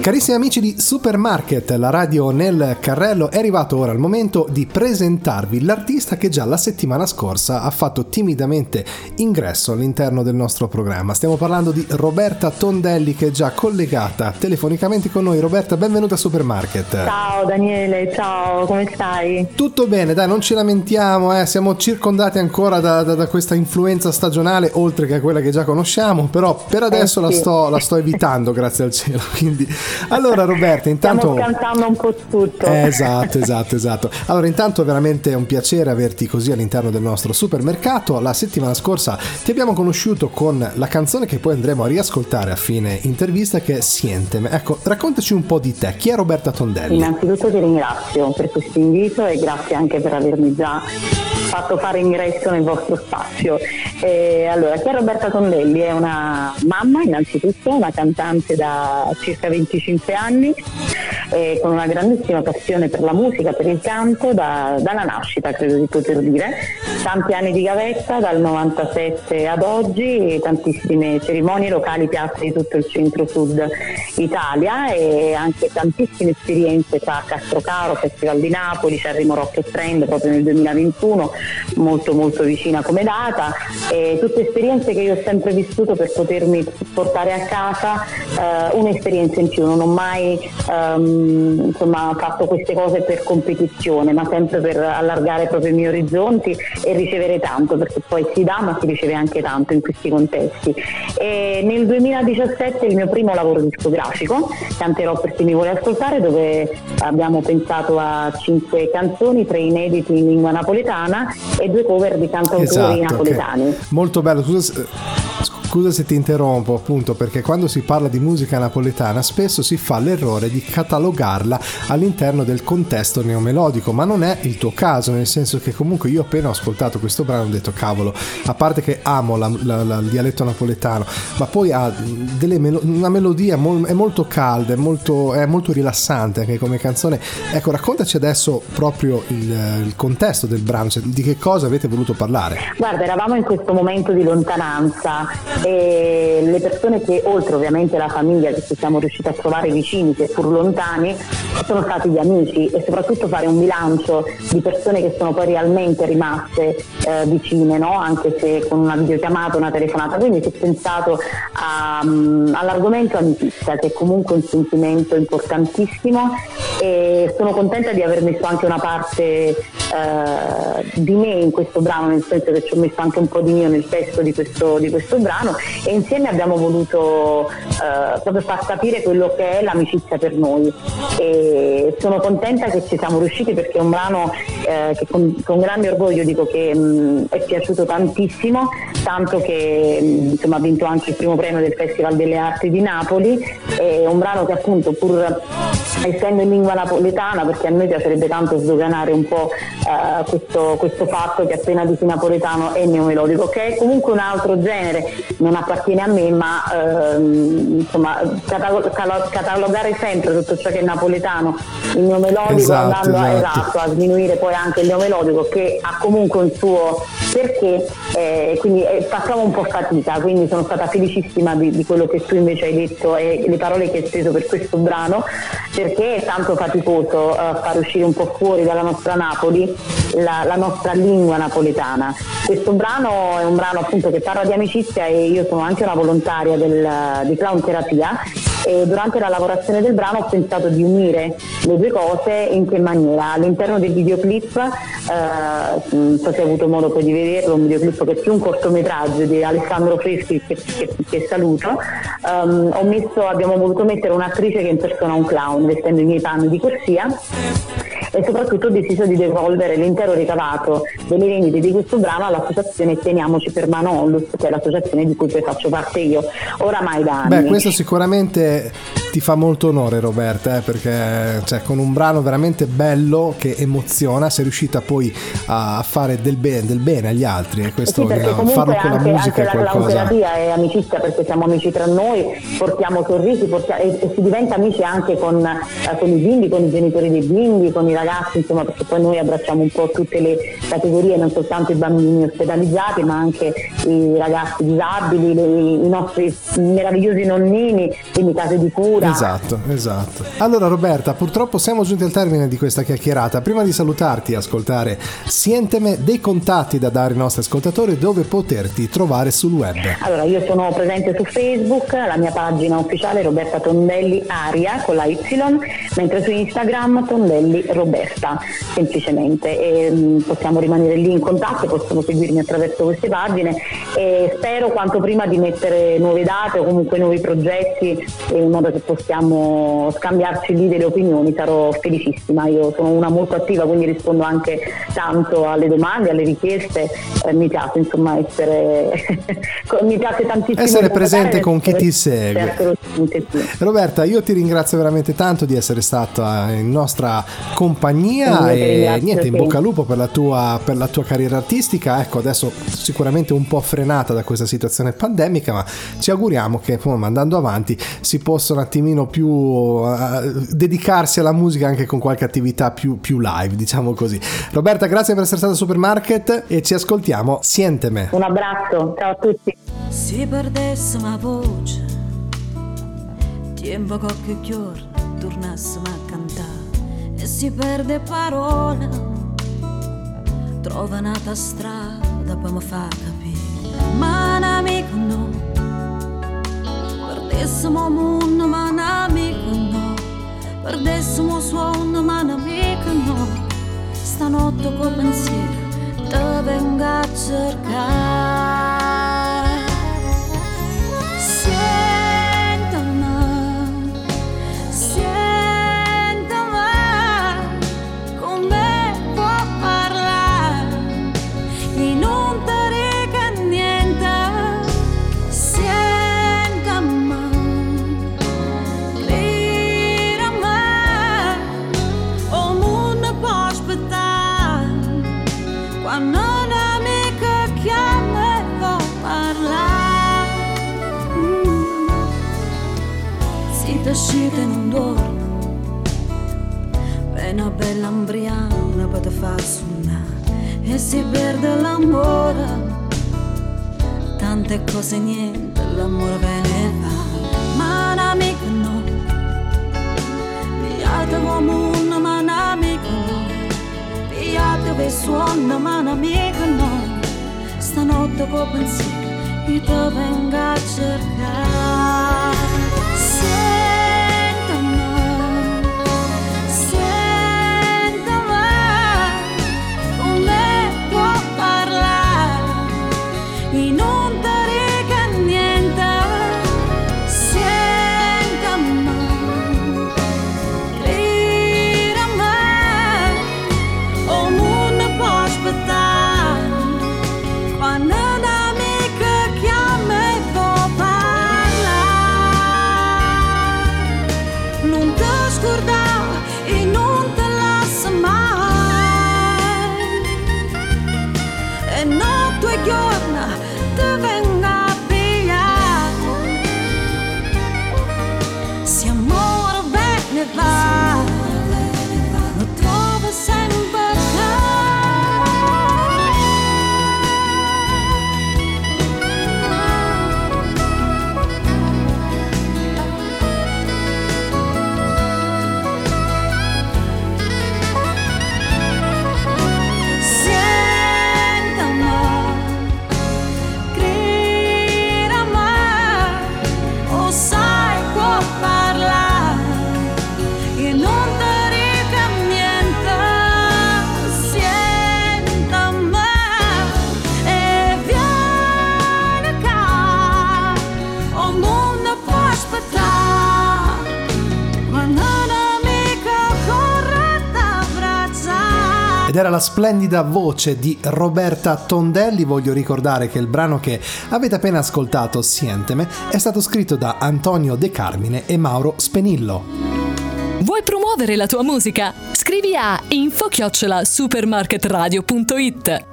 Carissimi amici di Supermarket, la radio nel carrello, è arrivato ora il momento di presentarvi l'artista che già la settimana scorsa ha fatto timidamente ingresso all'interno del nostro programma. Stiamo parlando di Roberta Tondelli, che è già collegata telefonicamente con noi. Roberta, benvenuta a Supermarket. Ciao Daniele, ciao, come stai? Tutto bene, dai, non ci lamentiamo, siamo circondati ancora da questa influenza stagionale, oltre che a quella che già conosciamo, però per adesso sì. la sto evitando, grazie al cielo. Quindi, allora Roberta, intanto... Stiamo cantando un po' tutto. Esatto. Allora, intanto è veramente un piacere averti così all'interno del nostro supermercato. La settimana scorsa ti abbiamo conosciuto con la canzone che poi andremo a riascoltare a fine intervista, che è Siénteme. Ecco, raccontaci un po' di te. Chi è Roberta Tondelli? Innanzitutto ti ringrazio per questo invito e grazie anche per avermi già fatto fare ingresso nel vostro spazio. Allora, chi è Roberta Tondelli? È una mamma, innanzitutto, una cantante da circa 25 anni, con una grandissima passione per la musica, per il canto, dalla nascita, credo di poter dire. Tanti anni di gavetta, dal 97 ad oggi, tantissime cerimonie locali, piazze di tutto il centro-sud Italia e anche tantissime esperienze tra Castrocaro, Festival di Napoli, Sanremo Rock e Trend proprio nel 2021, molto molto vicina come data, e tutte esperienze che io ho sempre vissuto per potermi portare a casa un'esperienza in più. Non ho mai fatto queste cose per competizione, ma sempre per allargare proprio i miei orizzonti e ricevere tanto, perché poi si dà ma si riceve anche tanto in questi contesti. E nel 2017 il mio primo lavoro discografico, Canterò per chi mi vuole ascoltare, dove abbiamo pensato a 5 canzoni, 3 inediti in lingua napoletana e 2 cover di cantautori napoletani. Okay. Molto bello. Scusa se ti interrompo, appunto, perché quando si parla di musica napoletana spesso si fa l'errore di catalogarla all'interno del contesto neomelodico, ma non è il tuo caso, nel senso che comunque io appena ho ascoltato questo brano ho detto cavolo, a parte che amo il dialetto napoletano, ma poi ha una melodia è molto calda, è molto rilassante anche come canzone. Ecco, raccontaci adesso proprio il contesto del brano, cioè di che cosa avete voluto parlare. Guarda, eravamo in questo momento di lontananza e le persone che, oltre ovviamente la famiglia che ci siamo riusciti a trovare vicini, seppur lontani, sono stati gli amici, e soprattutto fare un bilancio di persone che sono poi realmente rimaste vicine, no? Anche se con una videochiamata, una telefonata. Quindi si è pensato all'argomento amicizia, che è comunque un sentimento importantissimo, e sono contenta di aver messo anche una parte di me in questo brano, nel senso che ci ho messo anche un po' di mio nel testo di questo brano, e insieme abbiamo voluto proprio far capire quello che è l'amicizia per noi, e sono contenta che ci siamo riusciti, perché è un brano che con grande orgoglio dico che è piaciuto tantissimo, tanto che ha vinto anche il primo premio del Festival delle Arti di Napoli. È un brano che, appunto, pur essendo in lingua napoletana, perché a noi piacerebbe tanto sdoganare un po' questo fatto che appena dici napoletano è neomelodico, che è comunque un altro genere, non appartiene a me, ma catalogare sempre tutto ciò che è napoletano il neomelodico, andando a sminuire poi anche il neomelodico, che ha comunque un suo perché, quindi facciamo un po' fatica. Quindi sono stata felicissima di quello che tu invece hai detto e le parole che hai speso per questo brano, perché è tanto faticoso far uscire un po' fuori dalla nostra Napoli la nostra lingua napoletana. Questo brano è un brano, appunto, che parla di amicizia, e io sono anche una volontaria di clown terapia, e durante la lavorazione del brano ho pensato di unire le due cose. In che maniera? All'interno del videoclip, non so se hai avuto modo poi di vederlo, un videoclip che è più un cortometraggio di Alessandro Freschi, che saluto, abbiamo voluto mettere un'attrice che impersona un clown, vestendo i miei panni di corsia, e soprattutto ho deciso di devolvere l'intero ricavato delle vendite di questo brano all'associazione Teniamoci per Mano Onlus, che è l'associazione di cui poi faccio parte io oramai da anni. Questo sicuramente ti fa molto onore, Roberta, perché con un brano veramente bello che emoziona sei riuscita poi a fare del bene agli altri, e questo farlo con la musica è qualcosa. La clown-terapia è amicizia, perché siamo amici tra noi, portiamo sorrisi, e si diventa amici anche con i bimbi, con i genitori dei bimbi, con i ragazzi, insomma, perché poi noi abbracciamo un po' tutte le categorie, non soltanto i bambini ospedalizzati ma anche i ragazzi disabili, i nostri meravigliosi nonnini, quindi case di cura. Esatto. Allora Roberta, purtroppo siamo giunti al termine di questa chiacchierata. Prima di salutarti e ascoltare Sienteme, dei contatti da dare ai nostri ascoltatori, dove poterti trovare sul web. Allora, io sono presente su Facebook, la mia pagina ufficiale Roberta Tondelli Aria con la Y, mentre su Instagram Tondelli Roberta, semplicemente, e possiamo rimanere lì in contatto, possono seguirmi attraverso queste pagine e spero quanto prima di mettere nuove date o comunque nuovi progetti in modo che possiamo scambiarci lì delle opinioni. Sarò felicissima, io sono una molto attiva, quindi rispondo anche tanto alle domande, alle richieste, mi piace insomma mi piace tantissimo essere presente con chi ti segue. Sì. Roberta, io ti ringrazio veramente tanto di essere stata in nostra compagnia e niente, in bocca al lupo per la tua carriera artistica. Ecco, adesso sicuramente un po' frenata da questa situazione pandemica, ma ci auguriamo che andando avanti si possa un attimino più dedicarsi alla musica anche con qualche attività più live, diciamo così. Roberta, grazie per essere stata a Supermarket e ci ascoltiamo Sienteme. Un abbraccio, ciao a tutti. Si perdesse ma voce, tempo qualche giorno tornassimo a cantare, e si perde parola, trova un'altra strada per mi far capire. Ma un amico no, perdessimo mondo ma un amico no, perdessimo suono ma un amico no, stanotte col pensiero te vengo a cercare. Uscite non dormo, è una bella ambriana per te far suonare, e si perde l'amore, tante cose niente, l'amore ve ne va. Ma un amico no, pigliate come uno, ma un amico no, pigliate per suono, ma un amico no, stanotte col pensiero io te vengo a cercare. Ed era la splendida voce di Roberta Tondelli. Voglio ricordare che il brano che avete appena ascoltato, Sienteme, è stato scritto da Antonio De Carmine e Mauro Spenillo. Vuoi promuovere la tua musica? Scrivi a info@supermarketradio.it.